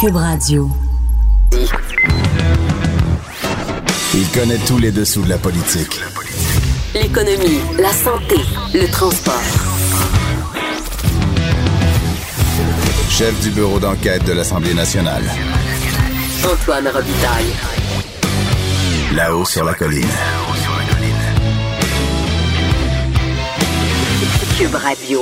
Cube Radio. Il connaît tous les dessous de la politique. L'économie, la santé, le transport. Chef du bureau d'enquête de l'Assemblée nationale. Antoine Robitaille. Là-haut sur la colline. Cube Radio.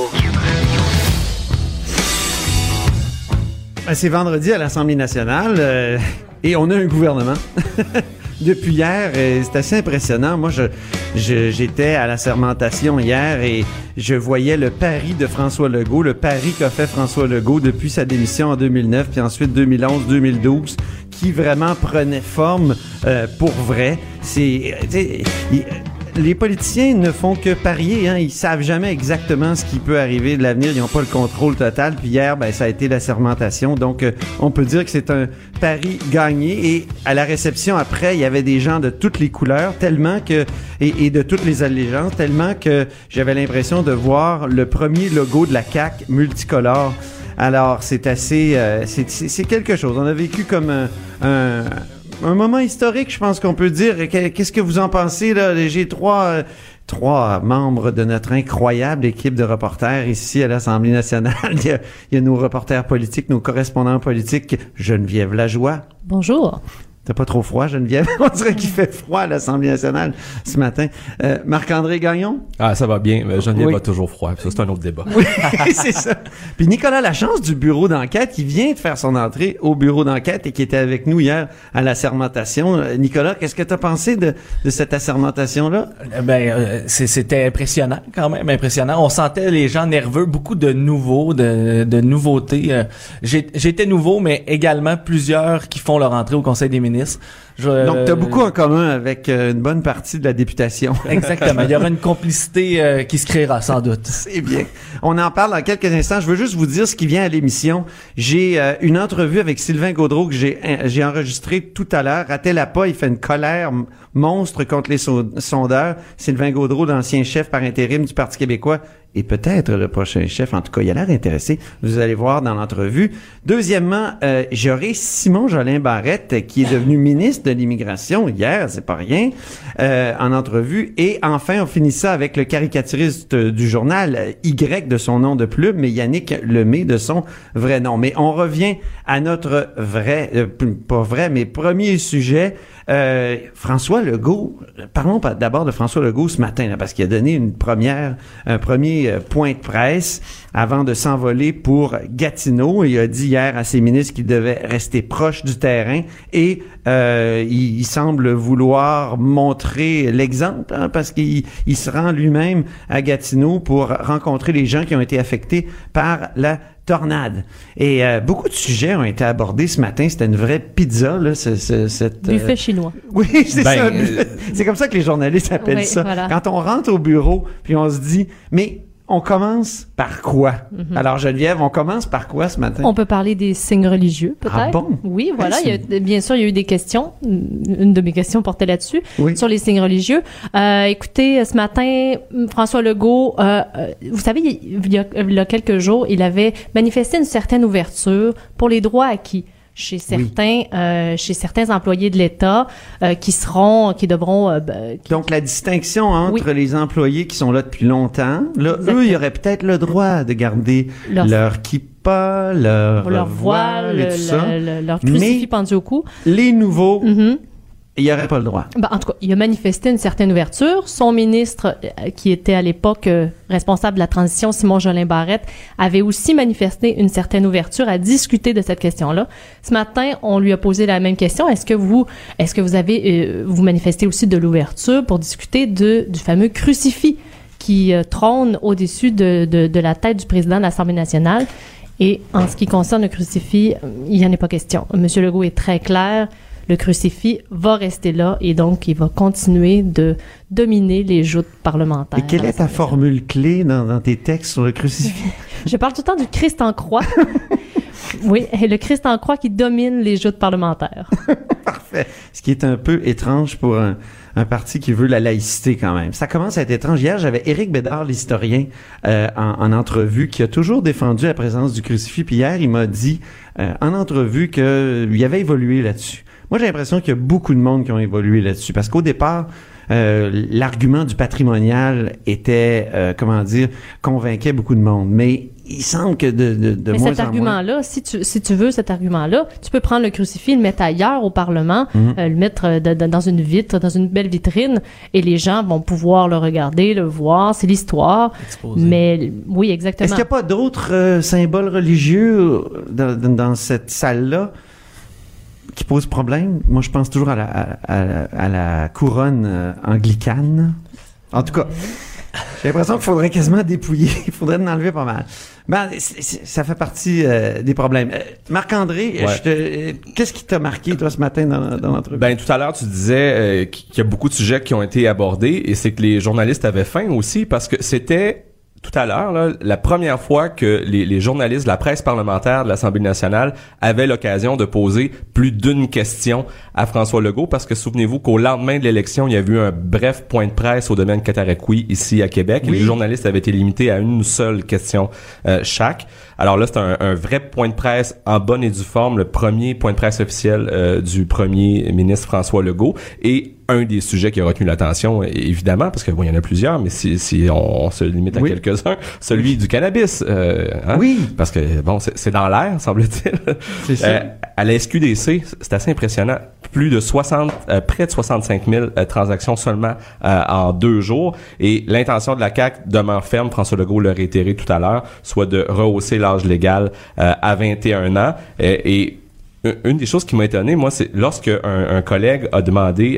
C'est vendredi à l'Assemblée nationale et on a un gouvernement depuis hier. C'est assez impressionnant. Moi, j'étais à la sermentation hier et je voyais le pari de François Legault, le pari qu'a fait François Legault depuis sa démission en 2009 puis ensuite 2011-2012 qui vraiment prenait forme pour vrai. Les politiciens ne font que parier, hein. Ils savent jamais exactement ce qui peut arriver de l'avenir. Ils n'ont pas le contrôle total. Puis hier, ça a été la sermentation. Donc, on peut dire que c'est un pari gagné. Et à la réception après, il y avait des gens de toutes les couleurs, tellement que et de toutes les allégeances, tellement que j'avais l'impression de voir le premier logo de la CAQ multicolore. Alors, c'est assez, c'est quelque chose. On a vécu comme un moment historique, je pense qu'on peut dire. Qu'est-ce que vous en pensez, là? J'ai trois membres de notre incroyable équipe de reporters ici à l'Assemblée nationale. Il y a nos reporters politiques, nos correspondants politiques. Geneviève Lajoie. Bonjour. T'as pas trop froid, Geneviève? On dirait qu'il fait froid à l'Assemblée nationale ce matin. Marc-André Gagnon? Ah, ça va bien. Geneviève a toujours froid. Ça, c'est un autre débat. Oui, c'est ça. Puis Nicolas Lachance du bureau d'enquête qui vient de faire son entrée au bureau d'enquête et qui était avec nous hier à la sermentation. Nicolas, qu'est-ce que t'as pensé de cette assermentation-là? C'était impressionnant, quand même, impressionnant. On sentait les gens nerveux, beaucoup de nouveaux, de nouveautés. J'étais nouveau, mais également plusieurs qui font leur entrée au Conseil des ministres. Donc, t'as beaucoup en commun avec une bonne partie de la députation. Exactement. Il y aura une complicité qui se créera, sans doute. C'est bien. On en parle dans quelques instants. Je veux juste vous dire ce qui vient à l'émission. J'ai une entrevue avec Sylvain Gaudreault que j'ai enregistré tout à l'heure. Ratez-la pas, il fait une colère monstre contre les sondeurs. Sylvain Gaudreault, l'ancien chef par intérim du Parti québécois, et peut-être le prochain chef. En tout cas, il a l'air intéressé. Vous allez voir dans l'entrevue. Deuxièmement, j'aurai Simon Jolin Barrette, qui est devenu ministre de l'Immigration hier, c'est pas rien, en entrevue. Et enfin, on finit ça avec le caricaturiste du journal, Y de son nom de plume, mais Yannick Lemay de son vrai nom. Mais on revient à notre premier sujet. François Legault, parlons d'abord de François Legault ce matin, là, parce qu'il a donné un premier point de presse avant de s'envoler pour Gatineau. Il a dit hier à ses ministres qu'il devait rester proche du terrain et il semble vouloir montrer l'exemple, hein, parce qu'il se rend lui-même à Gatineau pour rencontrer les gens qui ont été affectés par la tornade. Et beaucoup de sujets ont été abordés ce matin. C'était une vraie pizza, là, cette buffet chinois. Oui, c'est ça. C'est comme ça que les journalistes appellent ça. Voilà. Quand on rentre au bureau, puis on se dit, mais on commence par quoi? Mm-hmm. Alors, Geneviève, on commence par quoi ce matin? On peut parler des signes religieux, peut-être. Ah bon? Oui, voilà. Bien sûr, il y a eu des questions. Une de mes questions portait là-dessus, oui, sur les signes religieux. Écoutez, ce matin, François Legault, vous savez, il y a quelques jours, il avait manifesté une certaine ouverture pour les droits acquis chez certains employés de l'État qui devront donc la distinction entre les employés qui sont là depuis longtemps, là, exactement, eux, ils auraient peut-être le droit de garder leur kippa, leur voile et tout ça, leur crucifix pendu au cou. Les nouveaux, il n'y aurait pas le droit. En tout cas, il a manifesté une certaine ouverture. Son ministre, qui était à l'époque responsable de la transition, Simon Jolin Barrette, avait aussi manifesté une certaine ouverture à discuter de cette question-là. Ce matin, on lui a posé la même question. Est-ce que vous manifestez aussi de l'ouverture pour discuter du fameux crucifix qui trône au-dessus de la tête du président de l'Assemblée nationale? Et en ce qui concerne le crucifix, il n'y en est pas question. M. Legault est très clair. Le crucifix va rester là et donc il va continuer de dominer les joutes parlementaires. Et quelle est ta formule clé dans tes textes sur le crucifix? Je parle tout le temps du Christ en croix. Oui, et le Christ en croix qui domine les joutes parlementaires. Parfait. Ce qui est un peu étrange pour un parti qui veut la laïcité quand même. Ça commence à être étrange. Hier, j'avais Éric Bédard, l'historien, en entrevue, qui a toujours défendu la présence du crucifix. Puis hier, il m'a dit en entrevue qu'il avait évolué là-dessus. Moi, j'ai l'impression qu'il y a beaucoup de monde qui ont évolué là-dessus. Parce qu'au départ, l'argument du patrimonial était, convainquait beaucoup de monde. Mais il semble que de mais moins cet en argument-là, si tu veux cet argument-là, tu peux prendre le crucifix, le mettre ailleurs au Parlement, le mettre dans une vitre, dans une belle vitrine, et les gens vont pouvoir le regarder, le voir, c'est l'histoire. Exposé. Mais oui, exactement. Est-ce qu'il n'y a pas d'autres symboles religieux dans cette salle-là qui posent problème? Moi, je pense toujours à la couronne anglicane. En tout cas, j'ai l'impression qu'il faudrait quasiment dépouiller. Il faudrait en enlever pas mal. Ben, ça fait partie des problèmes. Marc-André, qu'est-ce qui t'a marqué, toi, ce matin dans l'entrevue? Ben, tout à l'heure, tu disais qu'il y a beaucoup de sujets qui ont été abordés, et c'est que les journalistes avaient faim aussi, parce que c'était tout à l'heure, là, la première fois que les journalistes de la presse parlementaire de l'Assemblée nationale avaient l'occasion de poser plus d'une question à François Legault, parce que souvenez-vous qu'au lendemain de l'élection, il y a eu un bref point de presse au domaine Cataraqui, ici à Québec. Oui. Et les journalistes avaient été limités à une seule question chaque. Alors là, c'est un vrai point de presse en bonne et due forme, le premier point de presse officiel du premier ministre François Legault. Et un des sujets qui a retenu l'attention, évidemment, parce que bon, il y en a plusieurs, mais si on se limite à quelques-uns, celui du cannabis. Oui. Parce que bon, c'est dans l'air, semble-t-il. C'est ça. À la SQDC, c'est assez impressionnant. Plus de près de 65 000 transactions seulement en 2 jours. Et l'intention de la CAQ demeure ferme, François Legault l'a réitéré tout à l'heure, soit de rehausser l'âge légal à 21 ans. Et une des choses qui m'a étonné, moi, c'est lorsque un collègue a demandé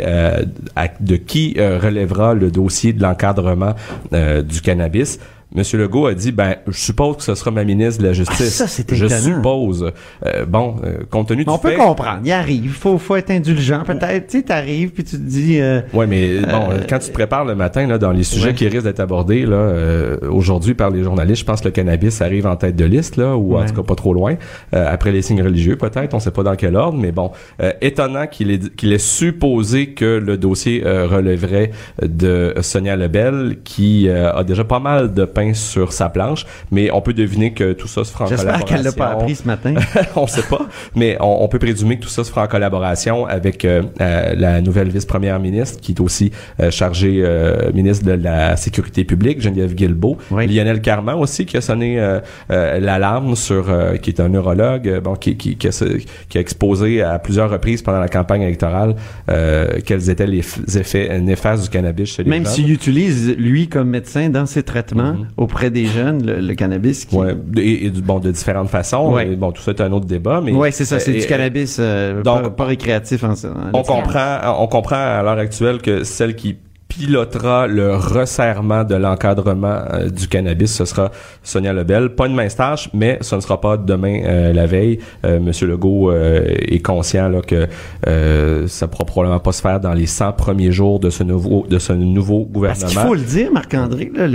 de qui relèvera le dossier de l'encadrement du cannabis. Monsieur Legault a dit, je suppose que ce sera ma ministre de la Justice. Ça, c'est étonnant. Je suppose. Compte tenu du fait... On peut comprendre. Il arrive. Faut être indulgent. Peut-être, tu sais, t'arrives puis tu te dis... Ouais, mais quand tu te prépares le matin, là, dans les sujets qui risquent d'être abordés, là, aujourd'hui par les journalistes, je pense que le cannabis arrive en tête de liste, là, ou en tout cas pas trop loin. Après les signes religieux, peut-être. On sait pas dans quel ordre, mais bon. Étonnant qu'il ait supposé que le dossier relèverait de Sonia Lebel, qui a déjà pas mal de pain sur sa planche, mais on peut deviner que tout ça se fera en collaboration. J'espère qu'elle l'a pas appris ce matin. On sait pas, mais on peut présumer que tout ça se fera en collaboration avec la nouvelle vice-première ministre, qui est aussi chargée ministre de la Sécurité publique, Geneviève Guilbeault. Oui. Lionel Carman aussi, qui a sonné l'alarme sur, qui est un neurologue, qui a exposé à plusieurs reprises pendant la campagne électorale quels étaient les effets néfastes du cannabis chez les jeunes. Même s'il utilise, lui, comme médecin, dans ses traitements, auprès des jeunes, le cannabis. Et de différentes façons. Ouais. Et, tout ça est un autre débat. Mais c'est ça, c'est du cannabis pas récréatif. On comprend à l'heure actuelle que celle qui pilotera le resserrement de l'encadrement du cannabis, ce sera Sonia Lebel. Pas une mince tâche, mais ce ne sera pas demain la veille. Monsieur Legault est conscient là, que ça ne pourra probablement pas se faire dans les 100 premiers jours de ce nouveau gouvernement. Parce qu'il faut le dire, Marc-André, là,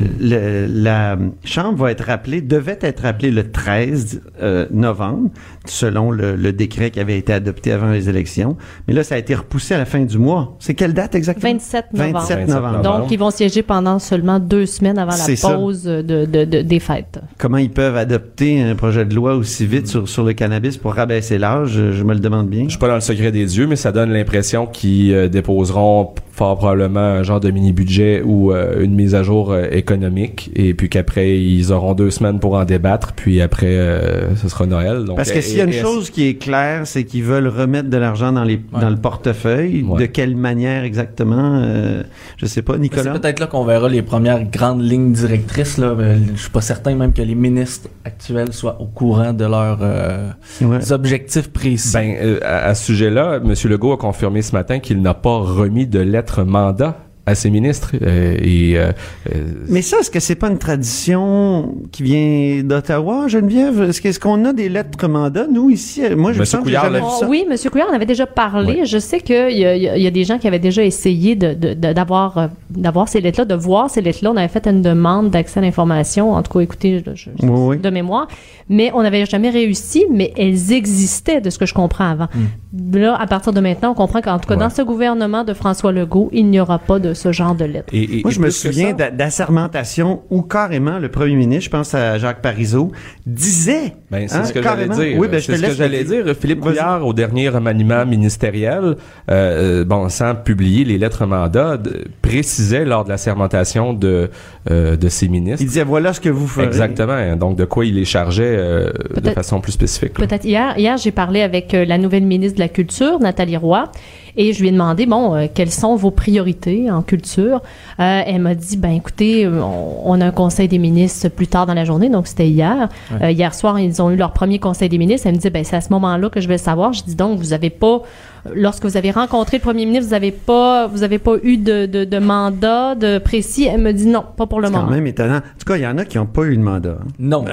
la Chambre devait être rappelée le 13 novembre, selon le décret qui avait été adopté avant les élections. Mais là, ça a été repoussé à la fin du mois. C'est quelle date exactement? 27 novembre. Donc, ils vont siéger pendant seulement 2 semaines avant la pause des fêtes. Comment ils peuvent adopter un projet de loi aussi vite sur le cannabis pour rabaisser l'âge? Je me le demande bien. Je suis pas dans le secret des dieux, mais ça donne l'impression qu'ils déposeront fort probablement un genre de mini-budget ou une mise à jour économique, et puis qu'après, ils auront 2 semaines pour en débattre, puis après, ce sera Noël. Donc, parce que s'il y a une chose qui est claire, c'est qu'ils veulent remettre de l'argent dans le portefeuille. De quelle manière exactement? Je sais pas, Nicolas. C'est peut-être là qu'on verra les premières grandes lignes directrices. Là. Je suis pas certain même que les ministres actuels soient au courant de leurs objectifs précis. À ce sujet-là, M. Legault a confirmé ce matin qu'il n'a pas remis de lettre mandat à ses ministres. Mais ça, est-ce que c'est pas une tradition qui vient d'Ottawa, Geneviève? Est-ce qu'on a des lettres mandats, nous, ici? Moi, je me sens que j'ai jamais vu ça. Oui, M. Couillard en avait déjà parlé. Oui. Je sais qu'il y a des gens qui avaient déjà essayé d'avoir ces lettres-là, de voir ces lettres-là. On avait fait une demande d'accès à l'information. En tout cas, écoutez, de mémoire. Mais on n'avait jamais réussi, mais elles existaient, de ce que je comprends avant. là, à partir de maintenant, on comprend qu'en tout cas, dans ce gouvernement de François Legault, il n'y aura pas de ce genre de lettres. Moi, je me souviens d'assermentation où carrément le premier ministre, je pense à Jacques Parizeau, disait... c'est ce que j'allais dire. Oui, c'est ce que j'allais dire. Philippe Couillard, au dernier remaniement ministériel, sans publier les lettres mandats, précisait lors de l'assermentation de ses ministres. Il disait, voilà ce que vous ferez. Exactement. Donc, de quoi il les chargeait de façon plus spécifique. Peut-être hier, j'ai parlé avec la nouvelle ministre de la Culture, Nathalie Roy, et je lui ai demandé, quelles sont vos priorités en culture? Elle m'a dit, écoutez, on a un conseil des ministres plus tard dans la journée, donc c'était hier. Ouais. Hier soir, ils ont eu leur premier conseil des ministres. Elle me dit, c'est à ce moment-là que je vais le savoir. Je dis donc, vous avez pas, lorsque vous avez rencontré le premier ministre, vous avez pas eu de mandat de précis. Elle me dit non, pas pour le moment. C'est quand même étonnant. En tout cas, il y en a qui n'ont pas eu de mandat. Hein. Non.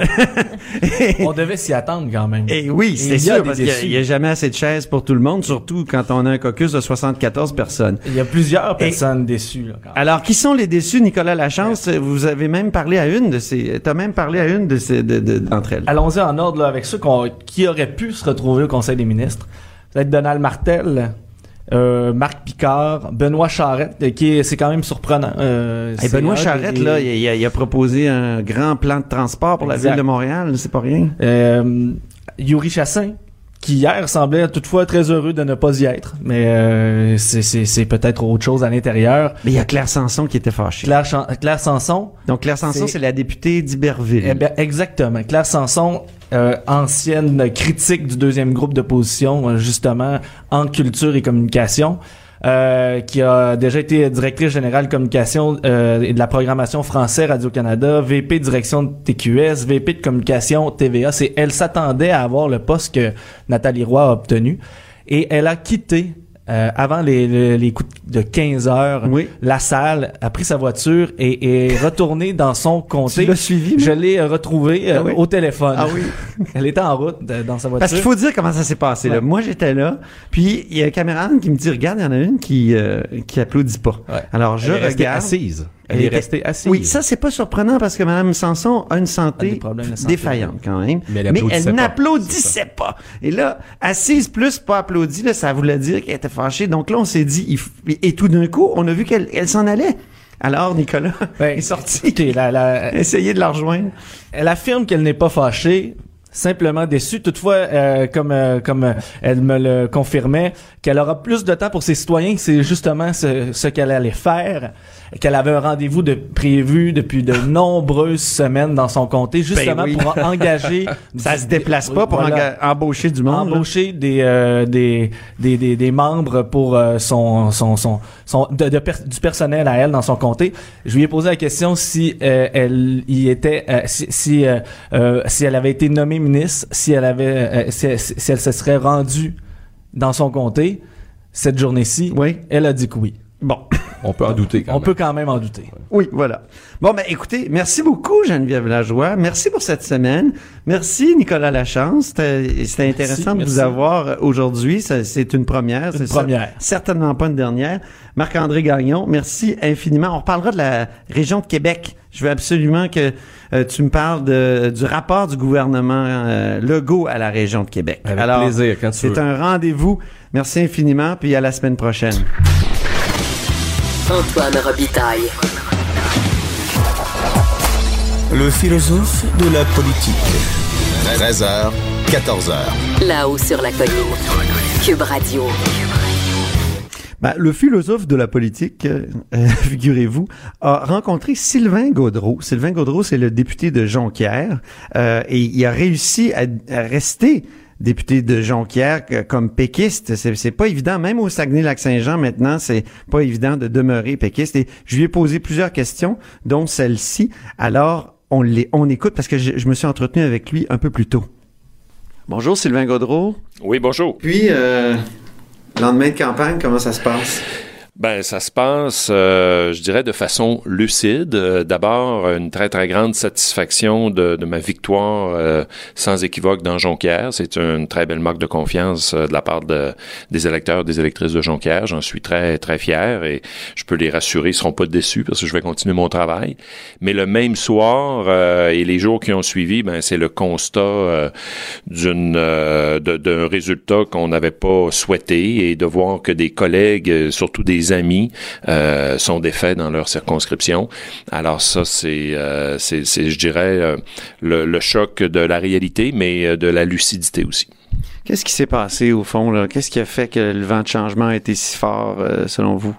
On devait s'y attendre quand même. Et oui, c'est sûr, parce qu'il n'y a jamais assez de chaises pour tout le monde, surtout quand on a un caucus de 74 personnes. Il y a plusieurs personnes déçues. Là, alors, qui sont les déçus, Nicolas Lachance? Vous avez même parlé à une de ces... T'as même parlé à une d'entre elles. Allons-y en ordre là, avec ceux qui auraient pu se retrouver au Conseil des ministres. Peut-être Donald Martel, Marc Picard, Benoît Charette, c'est quand même surprenant. Benoît Charette, là, il a proposé un grand plan de transport pour la ville de Montréal, c'est pas rien. Yuri Chassin, qui hier semblait toutefois très heureux de ne pas y être, mais c'est peut-être autre chose à l'intérieur. Mais il y a Claire Sanson qui était fâchée. Claire Sanson. Donc Claire Sanson, c'est la députée d'Iberville. Exactement. Claire Sanson, ancienne critique du deuxième groupe d'opposition, justement, en culture et communication. Qui a déjà été directrice générale communication et de la programmation français Radio-Canada, VP direction de TQS, VP de communication TVA. Elle s'attendait à avoir le poste que Nathalie Roy a obtenu. Et elle a quitté avant les coups de 15 heures, la salle, a pris sa voiture et est retournée dans son comté. Tu l'as suivi? Je l'ai retrouvée au téléphone. Ah oui? Elle était en route dans sa voiture. Parce qu'il faut dire comment ça s'est passé. Là. Moi, j'étais là, puis il y a un caméraman qui me dit, regarde, il y en a une qui applaudit pas. Ouais. Alors, je regarde. Assise. Elle est restée assise. Oui, ça, c'est pas surprenant parce que Mme Sanson a une santé défaillante quand même. Mais elle n'applaudissait pas. Et là, assise plus pas applaudie, là, ça voulait dire qu'elle était fâchée. Donc là, on s'est dit, et tout d'un coup, on a vu qu'elle s'en allait. Alors, Nicolas est sorti. Essayez de la rejoindre. Elle affirme qu'elle n'est pas fâchée. Simplement déçue. Toutefois, comme elle me le confirmait, qu'elle aura plus de temps pour ses citoyens, c'est justement ce qu'elle allait faire, qu'elle avait un rendez-vous prévu depuis de nombreuses semaines dans son comté, justement pour engager. Ça se déplace pas pour embaucher du monde. Embaucher des membres pour du personnel à elle dans son comté. Je lui ai posé la question si elle y était, si elle avait été nommée ministre, si elle se serait rendue dans son comté cette journée-ci. Oui. Elle a dit que oui. Bon. On peut en douter quand même. On peut quand même en douter. Oui, voilà. Bon, écoutez, merci beaucoup Geneviève Lajoie. Merci pour cette semaine. Merci Nicolas Lachance. C'était intéressant de vous avoir aujourd'hui. C'est une première. Certainement pas une dernière. Marc-André Gagnon, merci infiniment. On reparlera de la région de Québec. Je veux absolument que tu me parles du rapport du gouvernement Legault à la région de Québec. Avec plaisir, quand tu veux. C'est un rendez-vous. Merci infiniment, puis à la semaine prochaine. Antoine Robitaille. Le philosophe de la politique. 13h, 14h. Là-haut sur la colline. Cube Radio. Le philosophe de la politique, figurez-vous, a rencontré Sylvain Gaudreault. Sylvain Gaudreault, c'est le député de Jonquière, et il a réussi à rester député de Jonquière comme péquiste. C'est pas évident, même au Saguenay-Lac-Saint-Jean maintenant, c'est pas évident de demeurer péquiste. Et je lui ai posé plusieurs questions, dont celle-ci. Alors, on écoute parce que je me suis entretenu avec lui un peu plus tôt. Bonjour Sylvain Gaudreault. Oui, bonjour. Puis, lendemain de campagne, comment ça se passe? Ben, ça se passe, je dirais, de façon lucide. D'abord, une très, très grande satisfaction de ma victoire sans équivoque dans Jonquière. C'est une très belle marque de confiance de la part des électeurs, des électrices de Jonquière. J'en suis très, très fier et je peux les rassurer, ils seront pas déçus parce que je vais continuer mon travail. Mais le même soir et les jours qui ont suivi, ben, c'est le constat d'un résultat qu'on n'avait pas souhaité et de voir que des collègues, surtout des amis, sont défaits dans leur circonscription. Alors ça, c'est je dirais, le choc de la réalité, mais de la lucidité aussi. Qu'est-ce qui s'est passé au fond, là? Qu'est-ce qui a fait que le vent de changement a été si fort, selon vous?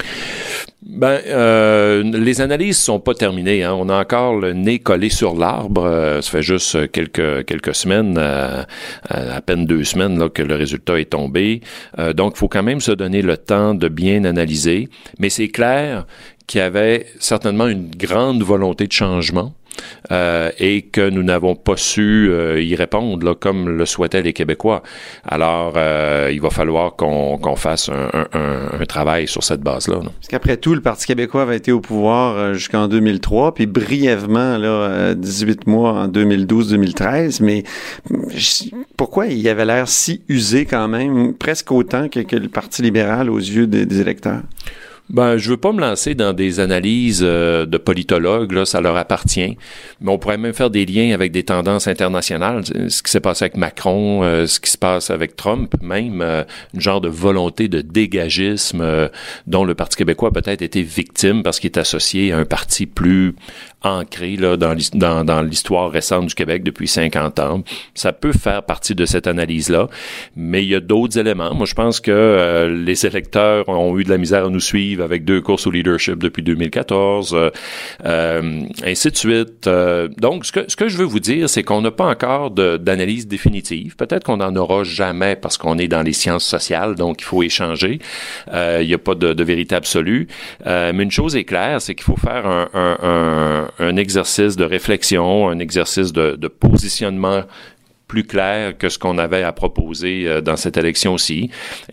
Ben, les analyses sont pas terminées. Hein. On a encore le nez collé sur l'arbre. Ça fait juste quelques semaines, à peine 2 semaines, là, que le résultat est tombé. Donc, il faut quand même se donner le temps de bien analyser. Mais c'est clair qu'il y avait certainement une grande volonté de changement. Et que nous n'avons pas su y répondre là, comme le souhaitaient les Québécois. Alors, il va falloir qu'on fasse un travail sur cette base-là. Là. Parce qu'après tout, le Parti québécois avait été au pouvoir jusqu'en 2003, puis brièvement, là, 18 mois en 2012-2013, mais pourquoi il avait l'air si usé quand même, presque autant que le Parti libéral aux yeux des électeurs? Ben, je veux pas me lancer dans des analyses de politologues, là, ça leur appartient. Mais on pourrait même faire des liens avec des tendances internationales, ce qui s'est passé avec Macron, ce qui se passe avec Trump, même une genre de volonté de dégagisme dont le Parti québécois a peut-être été victime parce qu'il est associé à un parti plus ancré là dans l'histoire récente du Québec depuis 50 ans. Ça peut faire partie de cette analyse-là, mais il y a d'autres éléments. Moi, je pense que les électeurs ont eu de la misère à nous suivre avec 2 courses au leadership depuis 2014, ainsi de suite. Donc, ce que je veux vous dire, c'est qu'on n'a pas encore d'analyse définitive. Peut-être qu'on n'en aura jamais parce qu'on est dans les sciences sociales, donc il faut échanger. Il n'y a pas de vérité absolue. Mais une chose est claire, c'est qu'il faut faire un exercice de réflexion, un exercice de positionnement plus clair que ce qu'on avait à proposer dans cette élection-ci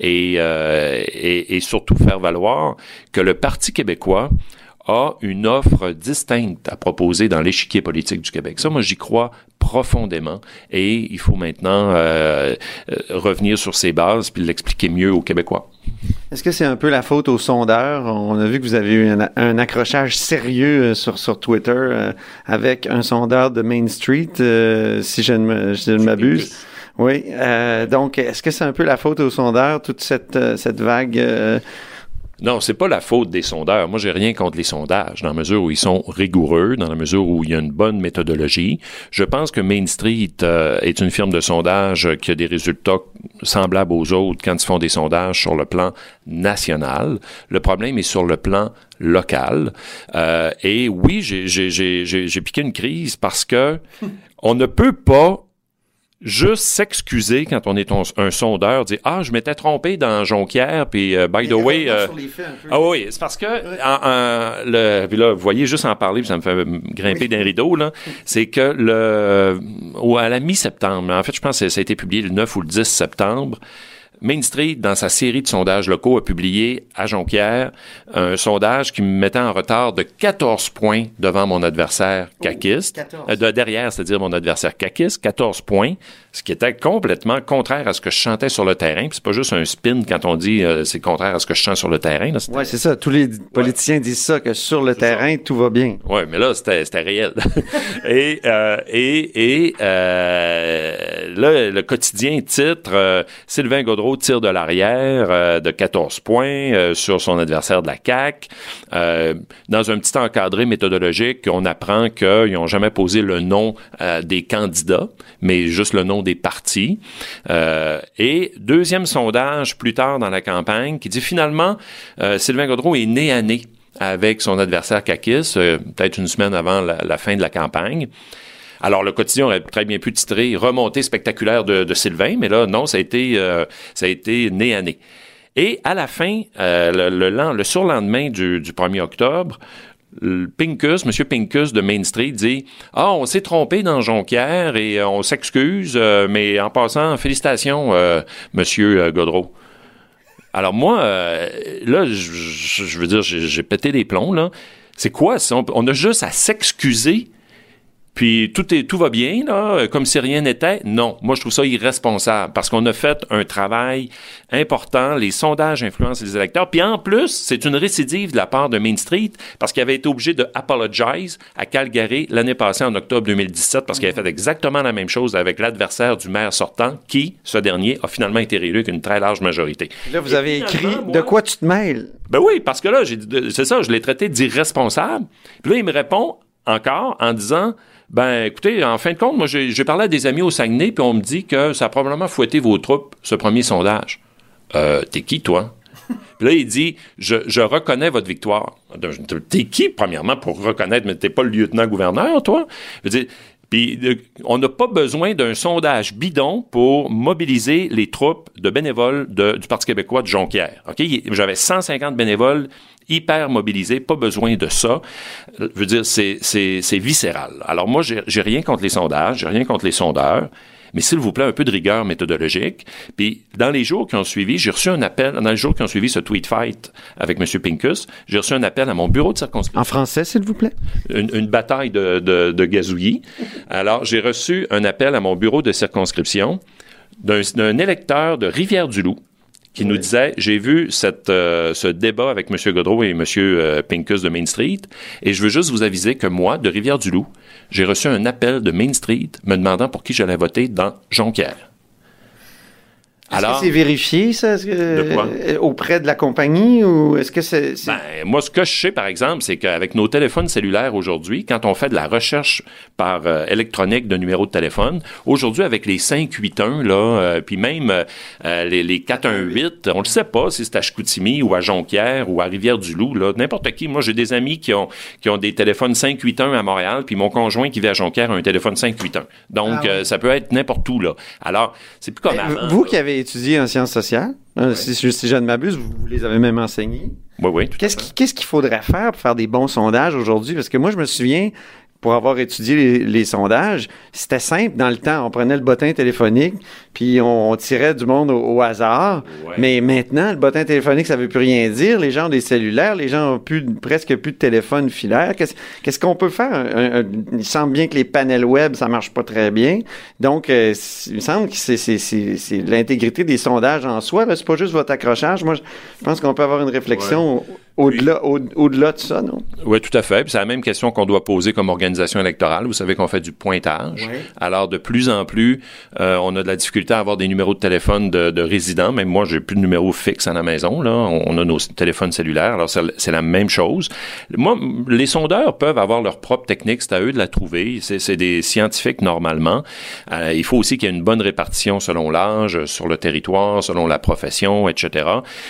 et surtout faire valoir que le Parti québécois a une offre distincte à proposer dans l'échiquier politique du Québec. Ça, moi, j'y crois profondément et il faut maintenant revenir sur ces bases puis l'expliquer mieux aux Québécois. Est-ce que c'est un peu la faute aux sondeurs? On a vu que vous avez eu un accrochage sérieux sur Twitter avec un sondeur de Main Street, si je ne m'abuse. Oui. Donc, est-ce que c'est un peu la faute aux sondeurs, toute cette vague... Non, c'est pas la faute des sondeurs. Moi, j'ai rien contre les sondages, dans la mesure où ils sont rigoureux, dans la mesure où il y a une bonne méthodologie. Je pense que Main Street est une firme de sondage qui a des résultats semblables aux autres quand ils font des sondages sur le plan national. Le problème est sur le plan local. Et oui, j'ai piqué une crise parce que on ne peut pas juste s'excuser quand on est un sondeur, dire « Ah, je m'étais trompé dans Jonquière, puis by the way... » Ah oui, c'est parce que, puis là, vous voyez, juste en parler, puis ça me fait grimper d'un rideau, là, c'est que à la mi-septembre, en fait, je pense que ça a été publié le 9 ou le 10 septembre, Main Street, dans sa série de sondages locaux, a publié à Jonquière un sondage qui me mettait en retard de 14 points devant mon adversaire caquiste. Derrière, c'est-à-dire mon adversaire caquiste, 14 points, ce qui était complètement contraire à ce que je chantais sur le terrain. Puis c'est pas juste un spin quand on dit c'est contraire à ce que je chante sur le terrain. Oui, c'est ça. Tous les politiciens disent ça, que sur le terrain, tout va bien. Oui, mais là, c'était réel. et là, le quotidien titre Sylvain Gaudreault tire de l'arrière de 14 points sur son adversaire de la CAQ. Dans un petit encadré méthodologique, on apprend qu'ils n'ont jamais posé le nom des candidats, mais juste le nom des partis. Et deuxième sondage plus tard dans la campagne qui dit finalement Sylvain Gaudreault est nez à nez avec son adversaire caquiste, peut-être une semaine avant la fin de la campagne. Alors, le quotidien aurait très bien pu titrer « Remontée spectaculaire de Sylvain », mais là, non, ça a été nez à nez. Et à la fin, le surlendemain du 1er octobre, M. Pincus de Main Street dit « Ah, on s'est trompé dans Jonquière et on s'excuse, mais en passant, félicitations, M. Gaudreault. » Alors moi, là, je veux dire, j'ai pété les plombs, là. C'est quoi ça? On a juste à s'excuser, puis tout va bien, là, comme si rien n'était. Non, moi je trouve ça irresponsable, parce qu'on a fait un travail important, les sondages influencent les électeurs, puis en plus, c'est une récidive de la part de Main Street, parce qu'il avait été obligé de apologize à Calgary l'année passée, en octobre 2017, parce qu'il avait fait exactement la même chose avec l'adversaire du maire sortant, qui, ce dernier, a finalement été réélu avec une très large majorité. Là, vous avez écrit « De quoi tu te mêles? » Ben oui, parce que là, c'est ça, je l'ai traité d'irresponsable. Puis là, il me répond encore en disant... Ben, écoutez, en fin de compte, moi, j'ai parlé à des amis au Saguenay, puis on me dit que ça a probablement fouetté vos troupes, ce premier sondage. T'es qui, toi? Puis là, il dit, je reconnais votre victoire. T'es qui, premièrement, pour reconnaître, mais t'es pas le lieutenant-gouverneur, toi? Je veux dire, puis on n'a pas besoin d'un sondage bidon pour mobiliser les troupes de bénévoles du Parti québécois de Jonquière. OK? J'avais 150 bénévoles hyper mobilisés, pas besoin de ça. Je veux dire, c'est viscéral. Alors moi, j'ai rien contre les sondages, j'ai rien contre les sondeurs, mais s'il vous plaît, un peu de rigueur méthodologique. Puis, dans les jours qui ont suivi, j'ai reçu un appel, dans les jours qui ont suivi ce tweet fight avec M. Pincus, j'ai reçu un appel à mon bureau de circonscription. En français, s'il vous plaît? Une bataille de gazouillis. Alors, j'ai reçu un appel à mon bureau de circonscription d'un électeur de Rivière-du-Loup, qui nous disait, j'ai vu ce débat avec M. Gaudreau et M. Pincus de Main Street, et je veux juste vous aviser que moi, de Rivière-du-Loup, j'ai reçu un appel de Main Street me demandant pour qui j'allais voter dans Jonquière. Est-ce que c'est vérifié, ça? De quoi? Auprès de la compagnie, ou est-ce que c'est... Ben, moi, ce que je sais, par exemple, c'est qu'avec nos téléphones cellulaires aujourd'hui, quand on fait de la recherche par électronique de numéros de téléphone, aujourd'hui, avec les 581, là, puis même les 418, on ne sait pas si c'est à Chicoutimi ou à Jonquière ou à Rivière-du-Loup, là, n'importe qui. Moi, j'ai des amis qui ont des téléphones 581 à Montréal, puis mon conjoint qui vit à Jonquière a un téléphone 581. Donc, ça peut être n'importe où, là. Alors, c'est plus comme avant. Vous qui avez étudié en sciences sociales, si je ne m'abuse, vous les avez même enseignés. Oui, tout à fait. Qu'est-ce qu'il faudrait faire pour faire des bons sondages aujourd'hui? Parce que moi, je me souviens, pour avoir étudié les sondages, c'était simple dans le temps. On prenait le bottin téléphonique, puis on tirait du monde au hasard. Ouais. Mais maintenant, le bottin téléphonique, ça veut plus rien dire. Les gens ont des cellulaires, les gens ont presque plus de téléphone filaire. Qu'est-ce qu'on peut faire? Il semble bien que les panels web, ça marche pas très bien. Donc, il me semble que c'est l'intégrité des sondages en soi. Là, c'est pas juste votre accrochage. Moi, je pense qu'on peut avoir une réflexion au-delà de ça, non? Oui, tout à fait. Puis c'est la même question qu'on doit poser comme organisation électorale. Vous savez qu'on fait du pointage. Oui. Alors, de plus en plus, on a de la difficulté à avoir des numéros de téléphone de résidents. Même moi, j'ai plus de numéro fixe à la maison. Là, on a nos téléphones cellulaires. Alors, c'est la même chose. Moi, les sondeurs peuvent avoir leur propre technique. C'est à eux de la trouver. C'est des scientifiques, normalement. Il faut aussi qu'il y ait une bonne répartition selon l'âge, sur le territoire, selon la profession, etc.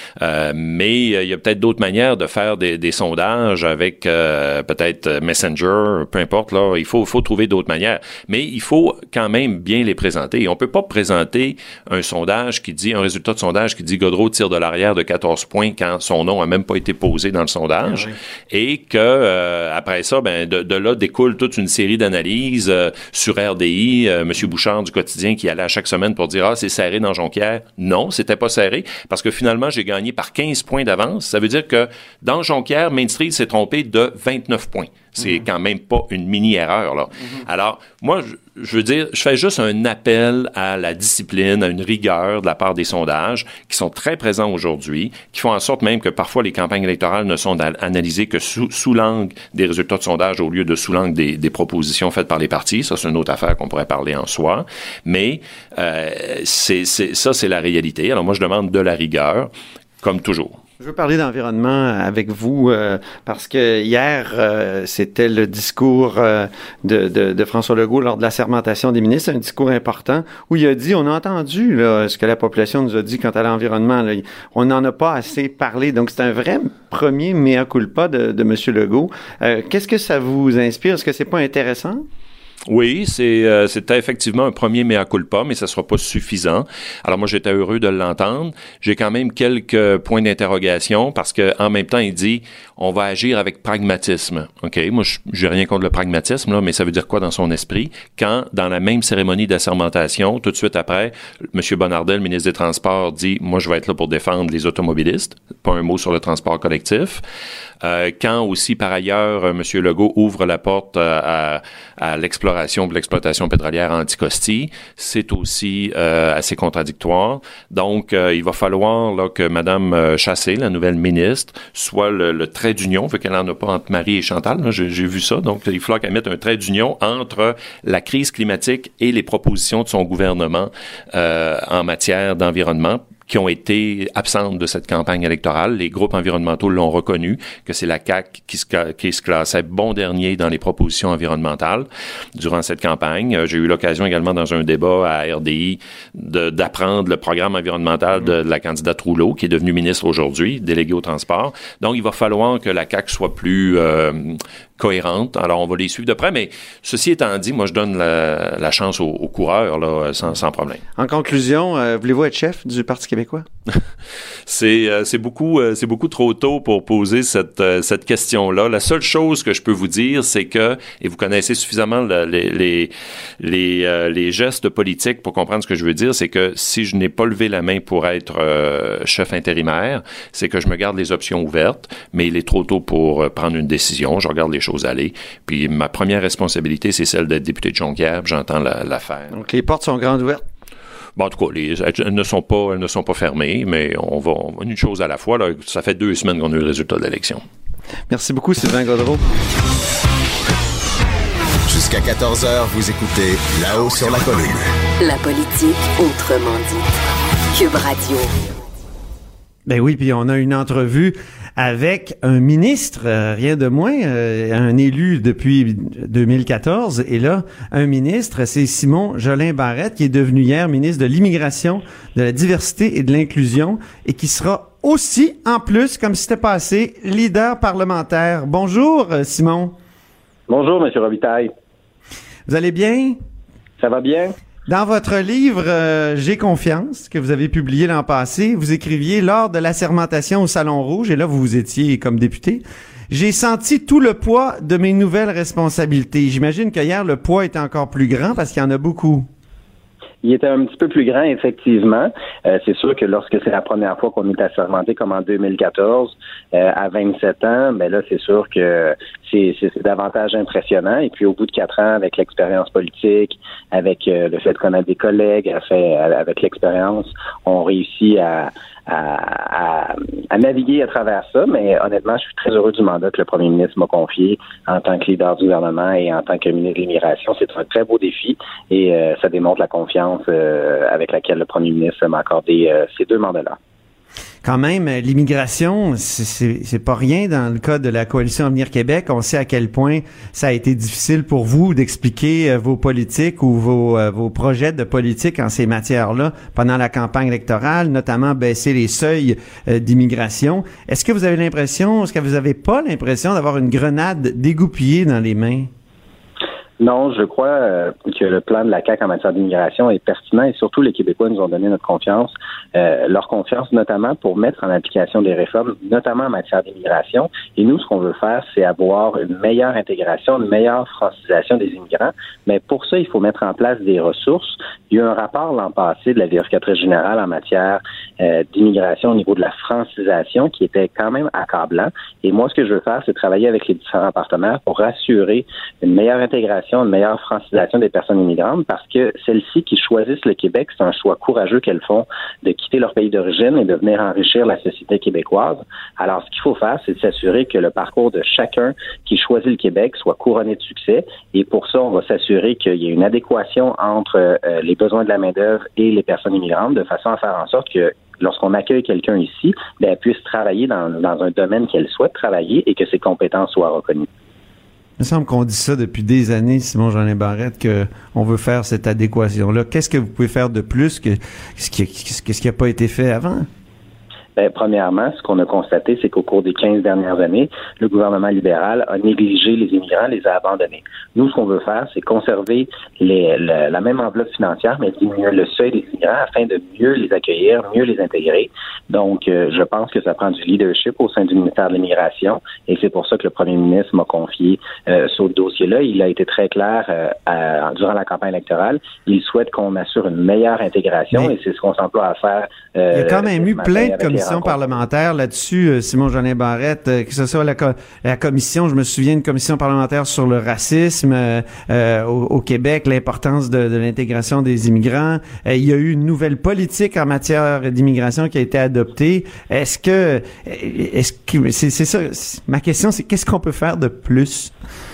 Mais il y a peut-être d'autres manières de faire des sondages avec peut-être Messenger, peu importe. Là, il faut trouver d'autres manières. Mais il faut quand même bien les présenter. On peut pas présenter un résultat de sondage qui dit Gaudreau tire de l'arrière de 14 points quand son nom a même pas été posé dans le sondage. Et que après ça, ben de là découle toute une série d'analyses sur RDI. Monsieur Bouchard du Quotidien qui allait à chaque semaine pour dire c'est serré dans Jonquière. Non, c'était pas serré parce que finalement j'ai gagné par 15 points d'avance. Ça veut dire que dans Jonquière, Main Street s'est trompé de 29 points. C'est quand même pas une mini-erreur, là. Alors, moi, je veux dire, je fais juste un appel à la discipline, à une rigueur de la part des sondages qui sont très présents aujourd'hui, qui font en sorte même que parfois les campagnes électorales ne sont analysées que sous l'angle des résultats de sondage au lieu de sous l'angle des propositions faites par les partis. Ça, c'est une autre affaire qu'on pourrait parler en soi. Mais c'est la réalité. Alors moi, je demande de la rigueur, comme toujours. Je veux parler d'environnement avec vous parce que hier, c'était le discours de François Legault lors de la sermentation des ministres, un discours important où il a dit, on a entendu là, ce que la population nous a dit quant à l'environnement. Là, on n'en a pas assez parlé. Donc, c'est un vrai premier mea culpa de M. Legault. Qu'est-ce que ça vous inspire? Est-ce que c'est pas intéressant? Oui, c'était effectivement un premier mea culpa, mais ça sera pas suffisant. Alors moi, j'étais heureux de l'entendre. J'ai quand même quelques points d'interrogation parce que en même temps, il dit on va agir avec pragmatisme. OK, moi j'ai rien contre le pragmatisme là, mais ça veut dire quoi dans son esprit quand dans la même cérémonie d'assermentation, tout de suite après, M. Bonnardel, ministre des Transports, dit moi je vais être là pour défendre les automobilistes, pas un mot sur le transport collectif. Quand aussi par ailleurs M. Legault ouvre la porte à l'exploration de l'exploitation pétrolière à Anticosti, c'est aussi assez contradictoire. Donc, il va falloir là, que Mme Chassé, la nouvelle ministre, soit le trait d'union, fait qu'elle n'en a pas entre Marie et Chantal, là, j'ai vu ça. Donc, il va falloir qu'elle mette un trait d'union entre la crise climatique et les propositions de son gouvernement en matière d'environnement, qui ont été absentes de cette campagne électorale. Les groupes environnementaux l'ont reconnu, que c'est la CAQ qui se classait bon dernier dans les propositions environnementales durant cette campagne. J'ai eu l'occasion également dans un débat à RDI d'apprendre le programme environnemental de la candidate Rouleau, qui est devenue ministre aujourd'hui, déléguée au transport. Donc, il va falloir que la CAQ soit plus cohérente. Alors, on va les suivre de près, mais ceci étant dit, moi, je donne la chance aux coureurs là, sans problème. En conclusion, voulez-vous être chef du Parti québécois? C'est beaucoup trop tôt pour poser cette question-là. La seule chose que je peux vous dire, c'est que, et vous connaissez suffisamment les gestes politiques pour comprendre ce que je veux dire, c'est que si je n'ai pas levé la main pour être chef intérimaire, c'est que je me garde les options ouvertes, mais il est trop tôt pour prendre une décision. Je regarde les choses aller. Puis ma première responsabilité, c'est celle d'être député de Jonquière. J'entends l'affaire. Donc les portes sont grandes ouvertes. Bon, en tout cas, elles ne sont pas fermées, mais on va une chose à la fois. Là, ça fait 2 semaines qu'on a eu le résultat de l'élection. Merci beaucoup, Sylvain Gaudreault. Jusqu'à 14h, vous écoutez Là-haut sur la colline. La politique autrement dit. Cube Radio. Ben oui, puis on a une entrevue avec un ministre, rien de moins, un élu depuis 2014. Et là, un ministre, c'est Simon Jolin Barrette, qui est devenu hier ministre de l'Immigration, de la Diversité et de l'Inclusion, et qui sera aussi, en plus, comme c'était passé, leader parlementaire. Bonjour, Simon. Bonjour, M. Robitaille. Vous allez bien? Ça va bien? Dans votre livre « J'ai confiance » que vous avez publié l'an passé, vous écriviez lors de l'assermentation au Salon Rouge, et là vous étiez comme député, « J'ai senti tout le poids de mes nouvelles responsabilités. » J'imagine que hier le poids était encore plus grand parce qu'il y en a beaucoup. Il était un petit peu plus grand, effectivement. C'est sûr que lorsque c'est la première fois qu'on est assermenté, comme en 2014, à 27 ans, ben là, c'est sûr que c'est davantage impressionnant. Et puis, au bout de 4 ans, avec l'expérience politique, avec le fait de connaître des collègues, avec l'expérience, on réussit à naviguer à travers ça, mais honnêtement, je suis très heureux du mandat que le premier ministre m'a confié en tant que leader du gouvernement et en tant que ministre de l'Immigration. C'est un très beau défi et ça démontre la confiance avec laquelle le premier ministre m'a accordé ces 2 mandats-là. Quand même, l'immigration, c'est pas rien dans le cas de la Coalition Avenir Québec. On sait à quel point ça a été difficile pour vous d'expliquer vos politiques ou vos projets de politique en ces matières-là pendant la campagne électorale, notamment baisser les seuils d'immigration. Est-ce que vous avez pas l'impression d'avoir une grenade dégoupillée dans les mains? Non, je crois que le plan de la CAQ en matière d'immigration est pertinent et surtout les Québécois nous ont donné notre confiance, leur confiance notamment pour mettre en application des réformes, notamment en matière d'immigration. Et nous, ce qu'on veut faire, c'est avoir une meilleure intégration, une meilleure francisation des immigrants. Mais pour ça, il faut mettre en place des ressources. Il y a eu un rapport l'an passé de la vérificatrice générale en matière d'immigration au niveau de la francisation qui était quand même accablant. Et moi, ce que je veux faire, c'est travailler avec les différents partenaires pour assurer une meilleure intégration, une meilleure francisation des personnes immigrantes parce que celles-ci qui choisissent le Québec, c'est un choix courageux qu'elles font de quitter leur pays d'origine et de venir enrichir la société québécoise. Alors, ce qu'il faut faire, c'est de s'assurer que le parcours de chacun qui choisit le Québec soit couronné de succès. Et pour ça, on va s'assurer qu'il y ait une adéquation entre les besoins de la main-d'œuvre et les personnes immigrantes de façon à faire en sorte que lorsqu'on accueille quelqu'un ici, elle puisse travailler dans un domaine qu'elle souhaite travailler et que ses compétences soient reconnues. Il me semble qu'on dit ça depuis des années, Simon Jolin Barrette, qu'on veut faire cette adéquation-là. Qu'est-ce que vous pouvez faire de plus que ce qui n'a pas été fait avant? Premièrement, ce qu'on a constaté, c'est qu'au cours des 15 dernières années, le gouvernement libéral a négligé les immigrants, les a abandonnés. Nous, ce qu'on veut faire, c'est conserver la même enveloppe financière, mais diminuer le seuil des immigrants afin de mieux les accueillir, mieux les intégrer. Donc, je pense que ça prend du leadership au sein du ministère de l'Immigration et c'est pour ça que le premier ministre m'a confié sur le dossier-là. Il a été très clair durant la campagne électorale. Il souhaite qu'on assure une meilleure intégration et c'est ce qu'on s'emploie à faire. Il y a quand même eu plein de commissions parlementaires là-dessus, Simon Jolin Barrette, que ce soit la commission, je me souviens, une commission parlementaire sur le racisme au Québec, l'importance de l'intégration des immigrants. Il y a eu une nouvelle politique en matière d'immigration qui a été adoptée. Est-ce que c'est ça, ma question, c'est qu'est-ce qu'on peut faire de plus?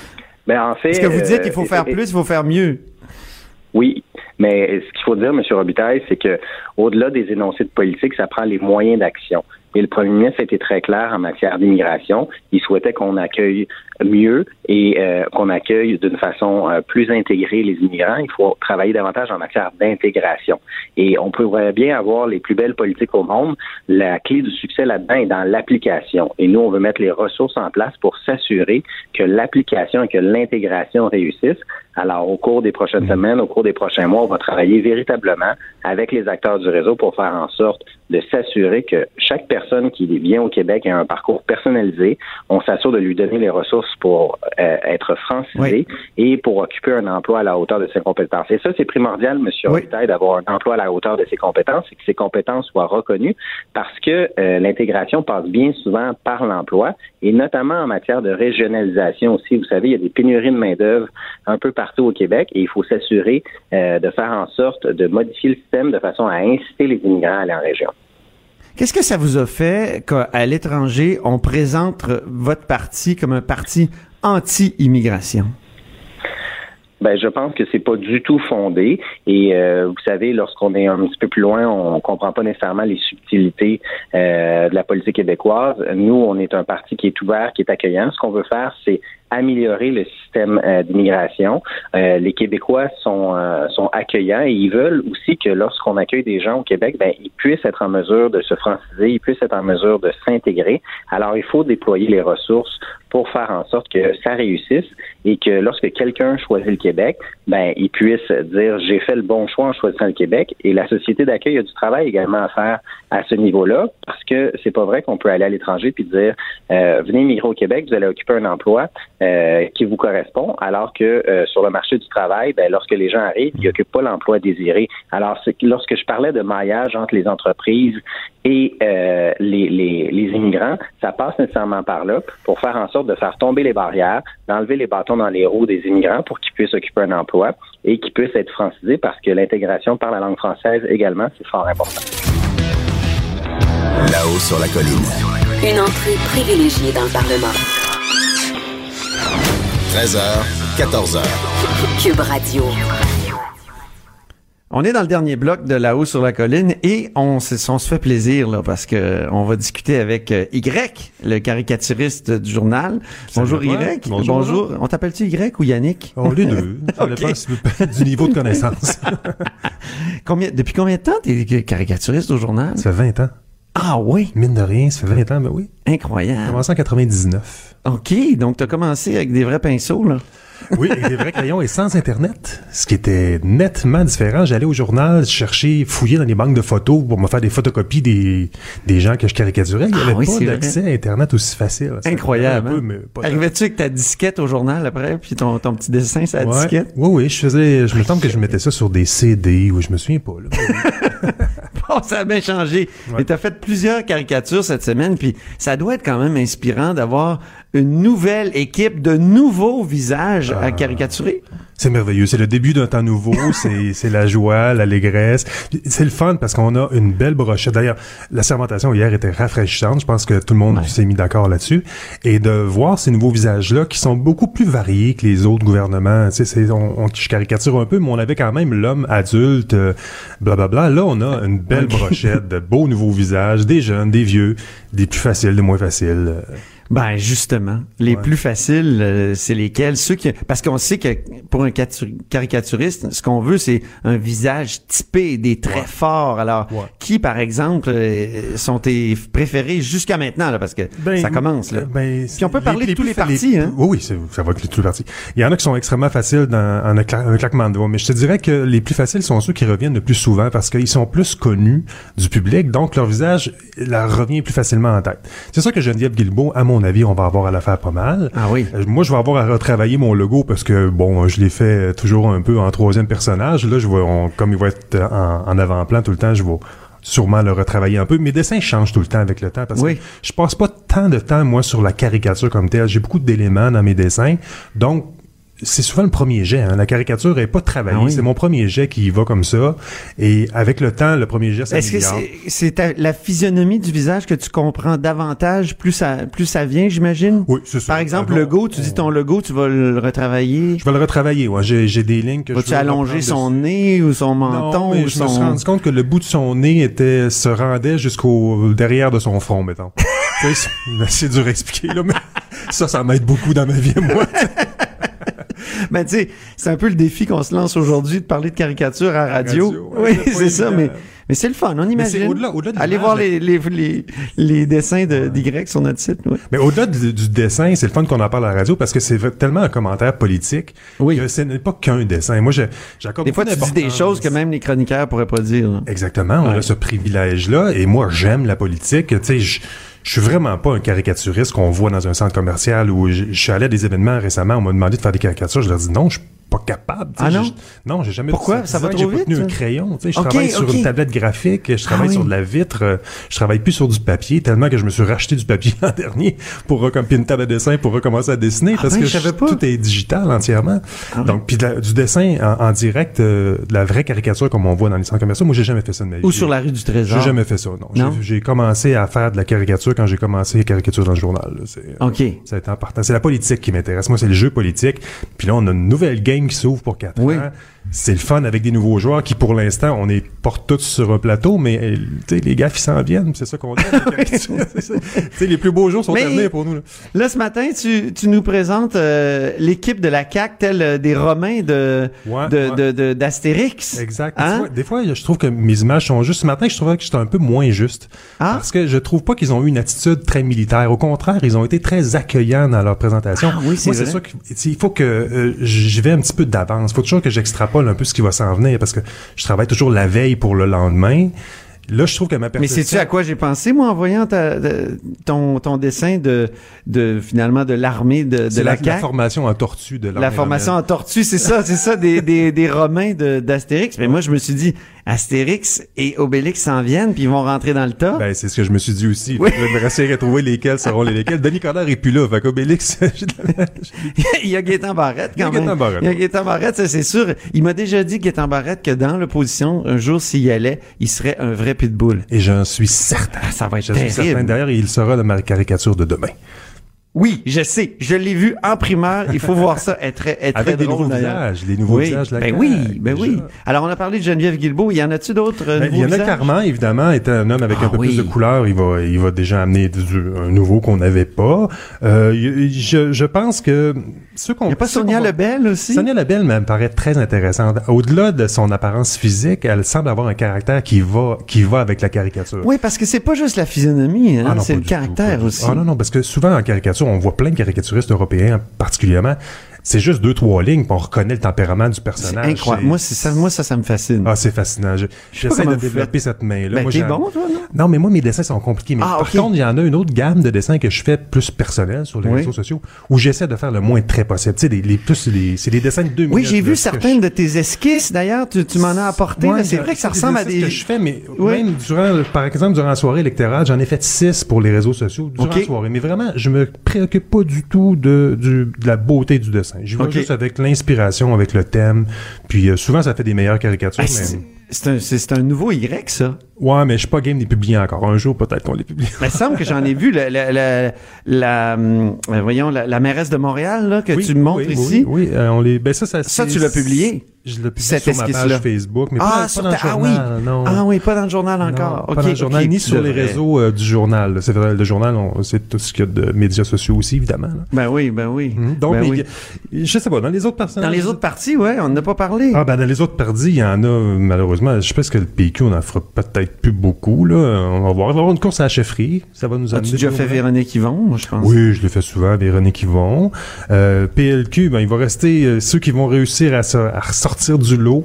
En fait, est-ce que vous dites qu'il faut faire plus, il faut faire mieux? Oui, mais ce qu'il faut dire, M. Robitaille, c'est que au-delà des énoncés de politique, ça prend les moyens d'action. Et le premier ministre a été très clair en matière d'immigration. Il souhaitait qu'on accueille mieux et qu'on accueille d'une façon plus intégrée les immigrants. Il faut travailler davantage en matière d'intégration. Et on pourrait bien avoir les plus belles politiques au monde. La clé du succès là-dedans est dans l'application. Et nous, on veut mettre les ressources en place pour s'assurer que l'application et que l'intégration réussissent. Alors, au cours des prochaines semaines, au cours des prochains mois, on va travailler véritablement avec les acteurs du réseau pour faire en sorte de s'assurer que chaque personne qui vient au Québec a un parcours personnalisé. On s'assure de lui donner les ressources pour être francisé et pour occuper un emploi à la hauteur de ses compétences. Et ça, c'est primordial, M. Robitaille, d'avoir un emploi à la hauteur de ses compétences et que ses compétences soient reconnues parce que l'intégration passe bien souvent par l'emploi et notamment en matière de régionalisation aussi. Vous savez, il y a des pénuries de main-d'œuvre un peu partout au Québec et il faut s'assurer de faire en sorte de modifier le système de façon à inciter les immigrants à aller en région. Qu'est-ce que ça vous a fait qu'à l'étranger, on présente votre parti comme un parti anti-immigration? Je pense que c'est pas du tout fondé et vous savez, lorsqu'on est un petit peu plus loin, on comprend pas nécessairement les subtilités de la politique québécoise. Nous, on est un parti qui est ouvert, qui est accueillant. Ce qu'on veut faire, c'est améliorer le système d'immigration. Les Québécois sont accueillants et ils veulent aussi que lorsqu'on accueille des gens au Québec, ils puissent être en mesure de se franciser, ils puissent être en mesure de s'intégrer. Alors, il faut déployer les ressources pour faire en sorte que ça réussisse et que lorsque quelqu'un choisit le Québec, il puisse dire « j'ai fait le bon choix en choisissant le Québec » et la société d'accueil a du travail également à faire à ce niveau-là parce que c'est pas vrai qu'on peut aller à l'étranger puis dire venez immigrer au Québec, vous allez occuper un emploi qui vous correspond, alors que sur le marché du travail, lorsque les gens arrivent, ils n'occupent pas l'emploi désiré. Alors, lorsque je parlais de maillage entre les entreprises et les immigrants, ça passe nécessairement par là pour faire en sorte de faire tomber les barrières, d'enlever les bâtons dans les roues des immigrants pour qu'ils puissent occuper un emploi et qu'ils puissent être francisés parce que l'intégration par la langue française également, c'est fort important. Là-haut sur la colline. Une entrée privilégiée dans le Parlement. 13h, 14h. Cube Radio. On est dans le dernier bloc de Là-haut sur la colline et on se fait plaisir là parce que on va discuter avec Y, le caricaturiste du journal. Bonjour Y. Bonjour. On t'appelle-tu Y ou Yannick? Les deux. Ça dépend du niveau de connaissance. Depuis combien de temps t'es caricaturiste au journal? Ça fait 20 ans. Ah oui? Mine de rien, ça fait 20 ans, oui. Incroyable. J'ai commencé en 99. OK, donc t'as commencé avec des vrais pinceaux, là. Oui, avec des vrais crayons et sans Internet, ce qui était nettement différent. J'allais au journal chercher, fouiller dans les banques de photos pour me faire des photocopies des gens que je caricaturais. Il n'y avait pas d'accès à Internet aussi facile. Incroyable. Arrivais-tu avec ta disquette au journal après, puis ton petit dessin sur la disquette? Oui, je me semble que je mettais ça sur des CD, ou je me souviens pas, là. Bon, ça a bien changé. Ouais. Et t'as fait plusieurs caricatures cette semaine, puis ça doit être quand même inspirant d'avoir une nouvelle équipe de nouveaux visages à caricaturer. C'est merveilleux. C'est le début d'un temps nouveau. c'est la joie, l'allégresse. C'est le fun parce qu'on a une belle brochette. D'ailleurs, la sermentation hier était rafraîchissante. Je pense que tout le monde s'est mis d'accord là-dessus. Et de voir ces nouveaux visages-là qui sont beaucoup plus variés que les autres gouvernements. Tu sais, je caricature un peu, mais on avait quand même l'homme adulte, blablabla. Là, on a une belle brochette de beaux nouveaux visages, des jeunes, des vieux, des plus faciles, des moins faciles. Ben justement, les plus faciles, c'est lesquels? Parce qu'on sait que pour un caricaturiste, ce qu'on veut, c'est un visage typé, des traits forts. Alors, qui, par exemple, sont tes préférés jusqu'à maintenant, là, parce que ça commence, là. Puis on peut parler de tous les partis, hein? Oui, ça va être tous les partis. Il y en a qui sont extrêmement faciles en un claquement de doigts, mais je te dirais que les plus faciles sont ceux qui reviennent le plus souvent parce qu'ils sont plus connus du public, donc leur visage leur revient plus facilement en tête. C'est ça que Geneviève Guilbeault, à mon avis, on va avoir à la faire pas mal. Ah oui. Moi, je vais avoir à retravailler mon logo parce que, bon, je l'ai fait toujours un peu en troisième personnage. Là, comme il va être en avant-plan tout le temps, je vais sûrement le retravailler un peu. Mes dessins changent tout le temps avec le temps parce que je passe pas tant de temps, moi, sur la caricature comme telle. J'ai beaucoup d'éléments dans mes dessins. Donc, c'est souvent le premier jet. Hein. La caricature est pas travaillée. Ah oui. C'est mon premier jet qui y va comme ça. Et avec le temps, le premier jet, ça s'améliore. Est-ce que c'est la physionomie du visage que tu comprends davantage plus ça vient, j'imagine? Oui, c'est ça. Par exemple, logo, tu dis ton logo, tu vas le retravailler? Je vais le retravailler, ouais. J'ai des lignes que Vas-tu allonger son nez ou son menton? Non, mais je me suis rendu compte que le bout de son nez se rendait jusqu'au derrière de son front, mettons. C'est dur à expliquer, là, mais ça m'aide beaucoup dans ma vie, moi. Ben, tu sais, c'est un peu le défi qu'on se lance aujourd'hui de parler de caricature à radio. Oui, c'est ça, mais c'est le fun, on imagine. Au-delà de allez voir les dessins d'Y sur notre site. Oui. Mais au-delà du dessin, c'est le fun qu'on en parle à la radio parce que c'est tellement un commentaire politique que ce n'est pas qu'un dessin. Moi, j'accorde des fois, tu dis des choses que même les chroniqueurs pourraient pas dire. Là. Exactement, on a ce privilège-là et moi, j'aime la politique. Tu sais, je suis vraiment pas un caricaturiste qu'on voit dans un centre commercial où je suis allé à des événements récemment, on m'a demandé de faire des caricatures, je leur dis non, je suis pas capable. Ah non? Non, j'ai jamais. Pourquoi? Ça va trop vite? J'ai pas tenu un crayon. Je travaille sur une tablette graphique, je travaille sur de la vitre, je travaille plus sur du papier, tellement que je me suis racheté du papier l'an dernier pour puis une table de dessin pour recommencer à dessiner parce que tout est digital entièrement. Donc, puis du dessin en direct, de la vraie caricature comme on voit dans les centres commerciaux, moi j'ai jamais fait ça de ma vie. Ou sur la rue du Trésor. J'ai jamais fait ça, non. J'ai commencé à faire de la caricature quand j'ai commencé les caricatures dans le journal. Là. Ça a été important. C'est la politique qui m'intéresse. Moi, c'est le jeu politique. Puis là, on a une nouvelle game qui s'ouvre pour 4 ans. C'est le fun avec des nouveaux joueurs qui, pour l'instant, on est porte tous sur un plateau, mais les gars, ils s'en viennent. C'est ça qu'on dit. Les plus beaux jours sont à venir pour nous. Là, ce matin, tu nous présentes l'équipe de la CAQ telle des Romains d'Astérix. Exact. Hein? Des fois, je trouve que mes images sont justes. Ce matin, je trouvais que j'étais un peu moins juste. Parce que je trouve pas qu'ils ont eu une attitude très militaire. Au contraire, ils ont été très accueillants dans leur présentation. Ah, oui, c'est sûr qu'il faut que j'y vais un petit peu d'avance. Il faut toujours que j'extrapole un peu ce qui va s'en venir parce que je travaille toujours la veille pour le lendemain. Là, je trouve que ma perception... Mais sais-tu à quoi j'ai pensé, moi, en voyant ton dessin finalement de l'armée de la CAQ? La formation en tortue de l'armée. La formation en tortue, c'est ça, des Romains d'Astérix. Mais moi, je me suis dit, Astérix et Obélix s'en viennent, puis ils vont rentrer dans le tas. Ben, c'est ce que je me suis dit aussi. Oui. Je vais essayer de trouver lesquels seront lesquels. Denis Coderre est plus là, fait qu'Obélix... Il y a Gaétan Barrette, quand même. Il y a Gaétan Barrette, ça, c'est sûr. Il m'a déjà dit, Gaétan Barrette, que dans l'opposition, un jour, s'il y allait, il serait un vrai pitbull. Et j'en suis certain. Ça va être terrible. D'ailleurs, il sera de ma caricature de demain. Oui, je sais. Je l'ai vu en primeur. Il faut voir ça. Avec très des drôle, nouveaux visages. Les nouveaux visages. Oui. Alors, on a parlé de Geneviève Guilbeault. Y en a-tu d'autres nouveaux visages? Il y en a Carman, évidemment. Étant un homme avec un peu plus de couleur, il va déjà amener un nouveau qu'on n'avait pas. Je pense que ceux qu'on... Il n'y a pas Sonia Lebel aussi? Sonia Lebel me paraît très intéressante. Au-delà de son apparence physique, elle semble avoir un caractère qui va avec la caricature. Oui, parce que c'est pas juste la physionomie, hein. C'est le caractère aussi. Ah non, parce que souvent en caricature, on voit plein de caricaturistes européens particulièrement. C'est juste 2-3 lignes, puis on reconnaît le tempérament du personnage. C'est incroyable. Moi, ça me fascine. Ah, c'est fascinant. J'essaie de développer cette main-là. Ben, t'es bon, toi, non? Non, mais moi, mes dessins sont compliqués. Mais par contre, il y en a une autre gamme de dessins que je fais plus personnels sur les réseaux sociaux, où j'essaie de faire le moins de traits possible. Tu sais, c'est des dessins de 2 minutes. Oui, j'ai vu certaines de tes esquisses, d'ailleurs. Tu m'en as apporté. Ouais, c'est vrai que ça ressemble à des... que je fais, mais même par exemple, durant la soirée électorale, j'en ai fait 6 pour les réseaux sociaux durant la soirée. Mais vraiment, je me préoccupe pas du tout de la beauté du dessin. Je vais juste avec l'inspiration, avec le thème. Puis souvent, ça fait des meilleures caricatures. C'est un nouveau Y, ça. Ouais, mais je suis pas game de les publier encore. Un jour, peut-être qu'on les publie. Il me semble que j'en ai vu la mairesse de Montréal, là, que tu me montres ici. Oui, on les, ça, tu l'as publié? Je l'ai publié Cette sur ma esquisse-là. page Facebook, mais pas dans le journal. Non. Ah oui, pas dans le journal encore. Non, pas dans le journal, ni sur les réseaux du journal. C'est vrai, le journal, c'est tout ce qu'il y a de médias sociaux aussi, évidemment. Là. Ben oui. Donc, Ben oui. je sais pas, dans les autres personnages... Dans les autres parties, ouais, on n'a pas parlé. Ah, ben dans les autres parties, il y en a, malheureusement, je pense que le PQ, on en fera peut-être plus beaucoup, là. On va voir. Il va y avoir une course à la chefferie. Ça va nous amener... As-tu déjà fait Véronique Yvon, moi, je pense? Oui, je l'ai fait souvent, Véronique Yvon. PLQ, ben, il va rester ceux qui vont réussir à ressortir du lot.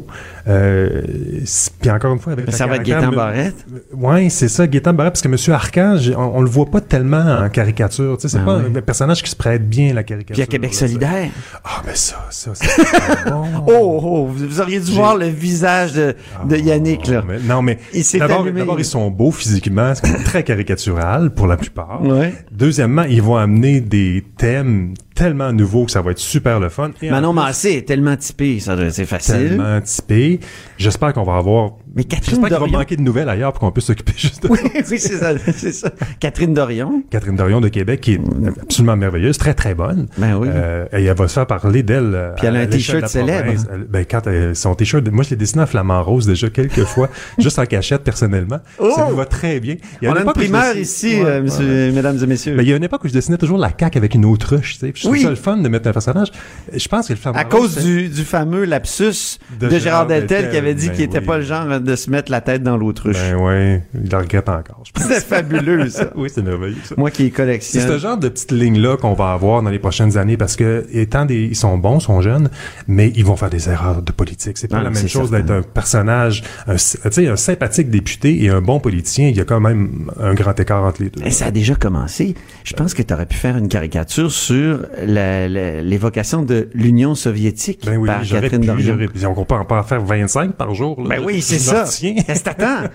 Puis encore une fois, avec ça va être Gaétan Barrette. Oui, c'est ça, Gaétan Barrette, parce que M. Archange, on le voit pas tellement en caricature. Tu sais, c'est pas un personnage qui se prête bien à la caricature. Puis il y a Québec solidaire. Ah, mais ça, c'est bon. Oh, vous auriez dû voir le visage de Yannick, là. Non, mais d'abord, ils sont beaux physiquement, c'est très caricatural pour la plupart. Ouais. Deuxièmement, ils vont amener des thèmes tellement nouveaux que ça va être super le fun. Et Manon Massé est tellement typé, ça c'est facile. Tellement typé. J'espère qu'on va avoir... Mais Catherine J'espère Dorion... qu'il va manquer de nouvelles ailleurs pour qu'on puisse s'occuper juste de Oui, c'est ça. Catherine Dorion. Catherine Dorion de Québec, qui est absolument merveilleuse, très, très bonne. Ben oui. Et elle va se faire parler d'elle. Puis elle a un t-shirt célèbre. Son t-shirt, moi, je l'ai dessiné en flamant rose déjà quelques fois, juste en cachette, personnellement. Ça lui va très bien. On a une primeur ici, mesdames et messieurs. Ben, il y a une époque où je dessinais toujours la CAQ avec une autruche, tu sais. Je trouve ça le fun de mettre un personnage. Je pense que le flamant à cause du fameux lapsus de Gérard Deltel qui avait dit qu'il était pas le genre de se mettre la tête dans l'autruche. Ben ouais, il le regrette encore. C'est fabuleux, ça. Oui, c'est merveilleux, ça. Moi qui les collectionne. C'est ce genre de petites lignes-là qu'on va avoir dans les prochaines années parce que, ils sont bons, sont jeunes, mais ils vont faire des erreurs de politique. C'est pas la même chose d'être un personnage, un sympathique député et un bon politicien. Il y a quand même un grand écart entre les deux. Et ça a déjà commencé. Je pense que tu aurais pu faire une caricature sur l'évocation de l'Union soviétique par Catherine Dorion. On peut en faire 25 par jour. Là, ben oui, c'est ça. Qu'est-ce que t'attends?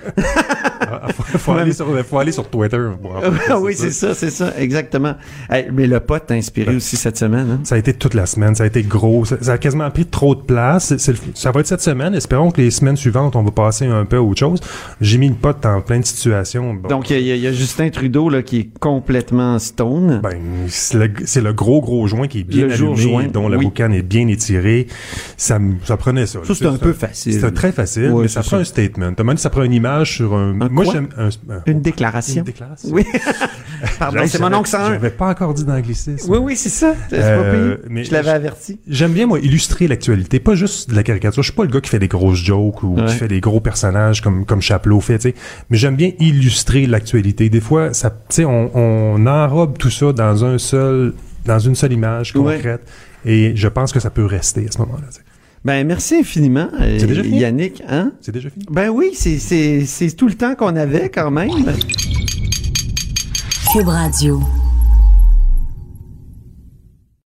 faut aller sur Twitter. Oui, c'est ça, exactement. Mais le pote t'a inspiré aussi cette semaine. Hein? Ça a été toute la semaine, ça a été gros, ça a quasiment pris trop de place. Ça va être cette semaine. Espérons que les semaines suivantes, on va passer un peu à autre chose. J'ai mis le pote dans plein de situations. Bon. Donc, il y a Justin Trudeau là, qui est complètement stone. Ben, c'est le gros joint qui est bien allumé, dont la boucane est bien étirée. Ça prenait ça. Ça, c'est un peu facile. C'était très facile, mais ça prend un statement. Ça prend une image sur un... Moi, j'aime... Une déclaration. Une déclaration. Oui. Pardon, c'est mon oncle 101. J'avais pas encore dit d'anglicisme. Oui, c'est ça. C'est pas pire. Mais je l'avais averti. J'aime bien, moi, illustrer l'actualité. Pas juste de la caricature. Je suis pas le gars qui fait des grosses jokes ou qui fait des gros personnages comme Chapelot fait, tu sais. Mais j'aime bien illustrer l'actualité. Des fois, ça, tu sais, on enrobe tout ça dans une seule image concrète. Et je pense que ça peut rester à ce moment-là, tu sais. Ben, merci infiniment, Yannick. Hein? C'est déjà fini? Ben oui, c'est tout le temps qu'on avait quand même. Cube Radio.